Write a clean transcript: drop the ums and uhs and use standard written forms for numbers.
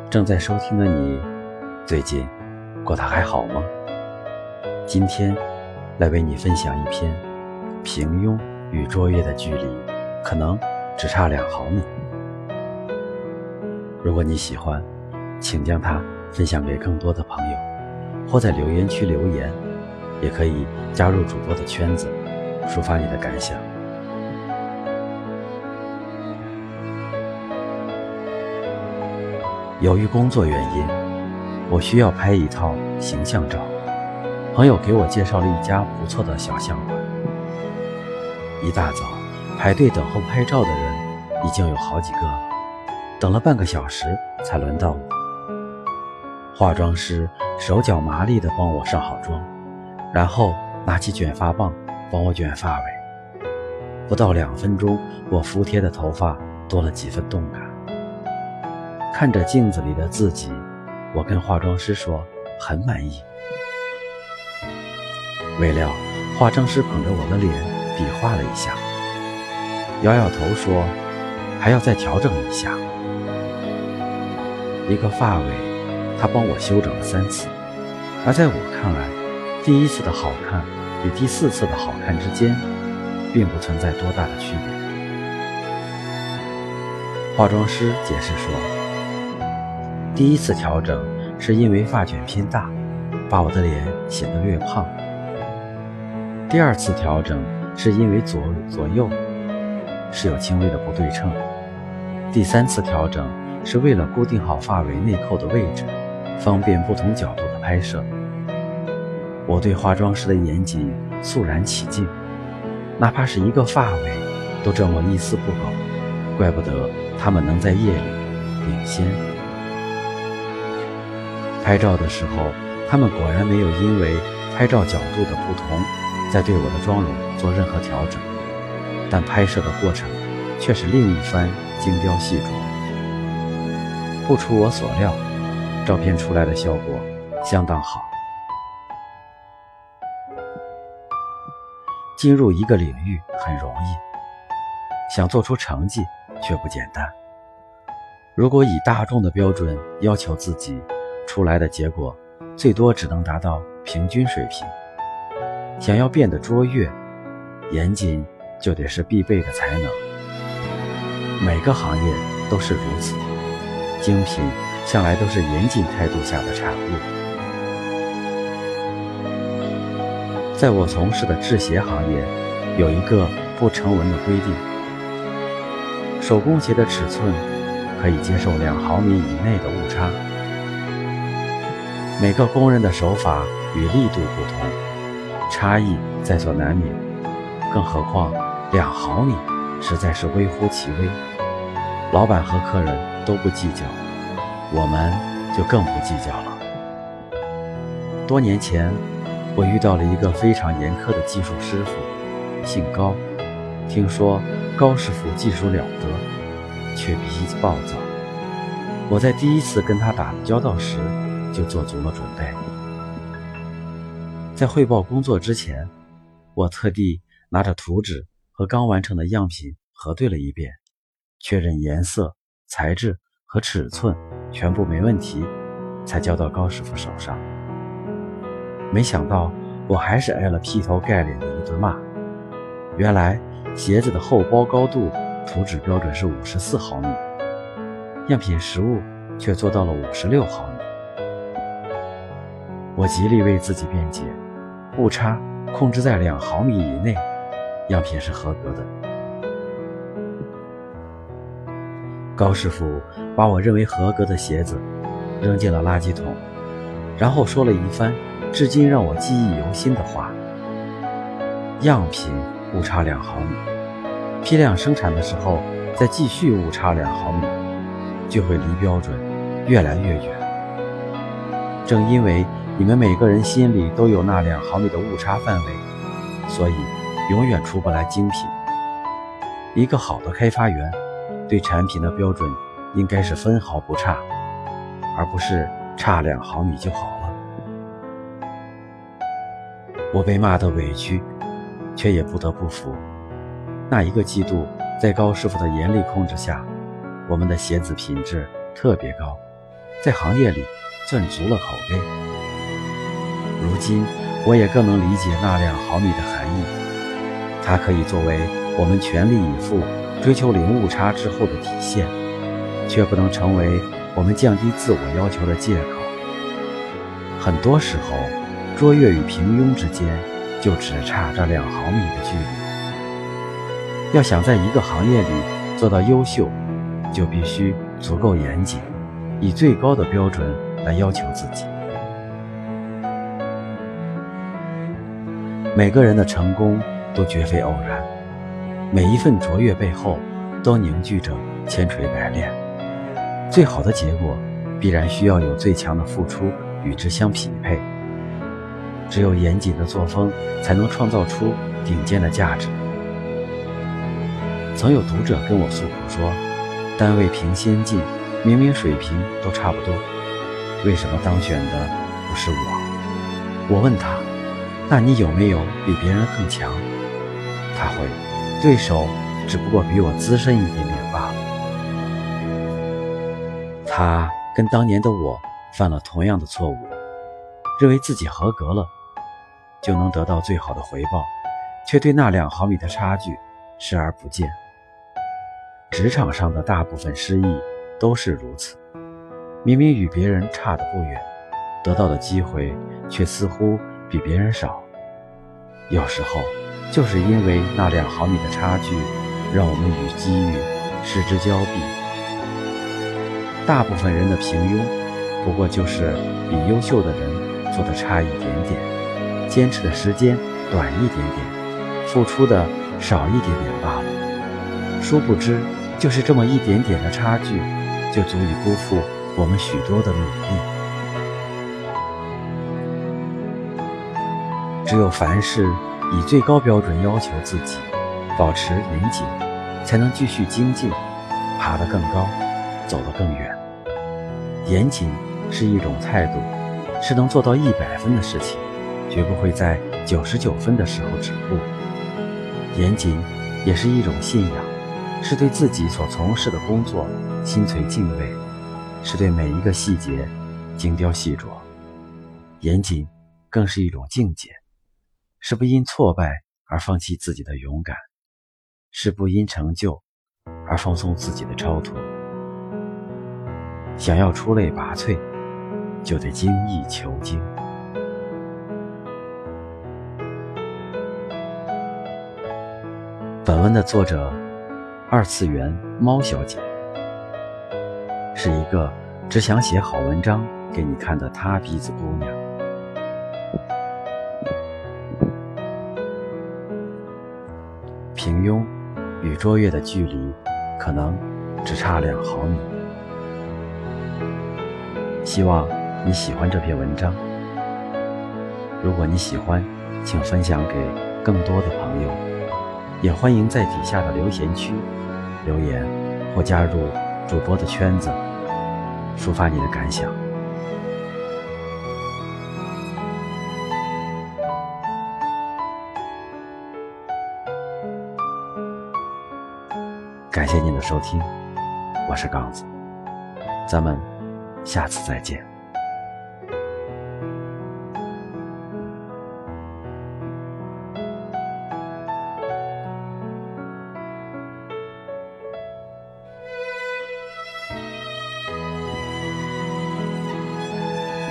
正在收听的你，最近过得还好吗？今天来为你分享一篇平庸与卓越的距离可能只差2毫米。如果你喜欢，请将它分享给更多的朋友，或在留言区留言，也可以加入主播的圈子，抒发你的感想。由于工作原因，我需要拍一套形象照。朋友给我介绍了一家不错的小相馆。一大早排队等候拍照的人已经有好几个，等了半个小时才轮到我。化妆师手脚麻利地帮我上好妆，然后拿起卷发棒帮我卷发尾。不到2分钟，我服帖的头发多了几分动感。看着镜子里的自己，我跟化妆师说很满意。未料化妆师捧着我的脸比划了一下，摇摇头说还要再调整一下。一个发尾他帮我修整了3次，而在我看来，第1次的好看与第4次的好看之间并不存在多大的区别。化妆师解释说，第1次调整是因为发卷偏大，把我的脸显得略胖。第2次调整是因为左右是有轻微的不对称。第3次调整是为了固定好发尾内扣的位置，方便不同角度的拍摄。我对化妆师的严谨肃然起敬，哪怕是一个发尾都这么一丝不苟，怪不得他们能在业里领先。拍照的时候，他们果然没有因为拍照角度的不同再对我的妆容做任何调整，但拍摄的过程却是另一番精雕细琢。不出我所料，照片出来的效果相当好。进入一个领域很容易，想做出成绩却不简单。如果以大众的标准要求自己，出来的结果最多只能达到平均水平。想要变得卓越，严谨就得是必备的才能。每个行业都是如此，精品向来都是严谨态度下的产物。在我从事的制鞋行业，有一个不成文的规定，手工鞋的尺寸可以接受2毫米以内的误差。每个工人的手法与力度不同，差异在所难免，更何况2毫米实在是微乎其微。老板和客人都不计较，我们就更不计较了。多年前，我遇到了一个非常严苛的技术师傅，姓高。听说高师傅技术了得，却脾气暴躁。我在第1次跟他打交道时就做足了准备。在汇报工作之前，我特地拿着图纸和刚完成的样品核对了一遍，确认颜色、材质和尺寸全部没问题，才交到高师傅手上。没想到我还是挨了劈头盖脸的一顿骂。原来鞋子的后包高度图纸标准是54毫米，样品实物却做到了56毫米。我极力为自己辩解，误差控制在2毫米以内，样品是合格的。高师傅把我认为合格的鞋子扔进了垃圾桶，然后说了一番至今让我记忆犹新的话：样品误差2毫米，批量生产的时候再继续误差2毫米，就会离标准越来越远。正因为你们每个人心里都有那2毫米的误差范围，所以永远出不来精品。一个好的开发员对产品的标准应该是分毫不差，而不是差2毫米就好了。我被骂得委屈，却也不得不服。那一个季度，在高师傅的严厉控制下，我们的鞋子品质特别高， 在行业里攥足了口碑。如今我也更能理解那2毫米的含义，它可以作为我们全力以赴追求零误差之后的体现，却不能成为我们降低自我要求的借口。很多时候，卓越与平庸之间就只差这2毫米的距离。要想在一个行业里做到优秀，就必须足够严谨，以最高的标准来要求自己。每个人的成功都绝非偶然，每一份卓越背后都凝聚着千锤百炼。最好的结果必然需要有最强的付出与之相匹配。只有严谨的作风，才能创造出顶尖的价值。曾有读者跟我诉苦说，单位评先进，明明水平都差不多，为什么当选的不是我？我问他，那你有没有比别人更强？他回，对手只不过比我资深一点点罢了。他跟当年的我犯了同样的错误，认为自己合格了就能得到最好的回报，却对那2毫米的差距视而不见。职场上的大部分失意都是如此，明明与别人差得不远，得到的机会却似乎比别人少。有时候就是因为那2毫米的差距，让我们与机遇失之交臂。大部分人的平庸，不过就是比优秀的人做的差一点点，坚持的时间短一点点，付出的少一点点罢了。殊不知，就是这么一点点的差距，就足以辜负我们许多的努力。只有凡事以最高标准要求自己，保持严谨，才能继续精进，爬得更高，走得更远。严谨是一种态度，是能做到100分的事情，绝不会在99分的时候止步。严谨也是一种信仰，是对自己所从事的工作心存敬畏，是对每一个细节精雕细琢。严谨更是一种境界，是不因挫败而放弃自己的勇敢，是不因成就而放松自己的超脱。想要出类拔萃，就得精益求精。本文的作者2次元猫小姐，是一个只想写好文章给你看的塌鼻子姑娘。平庸与卓越的距离可能只差2毫米。希望你喜欢这篇文章。如果你喜欢，请分享给更多的朋友，也欢迎在底下的留言区留言或加入主播的圈子，抒发你的感想。感谢您的收听，我是杠子，咱们下次再见。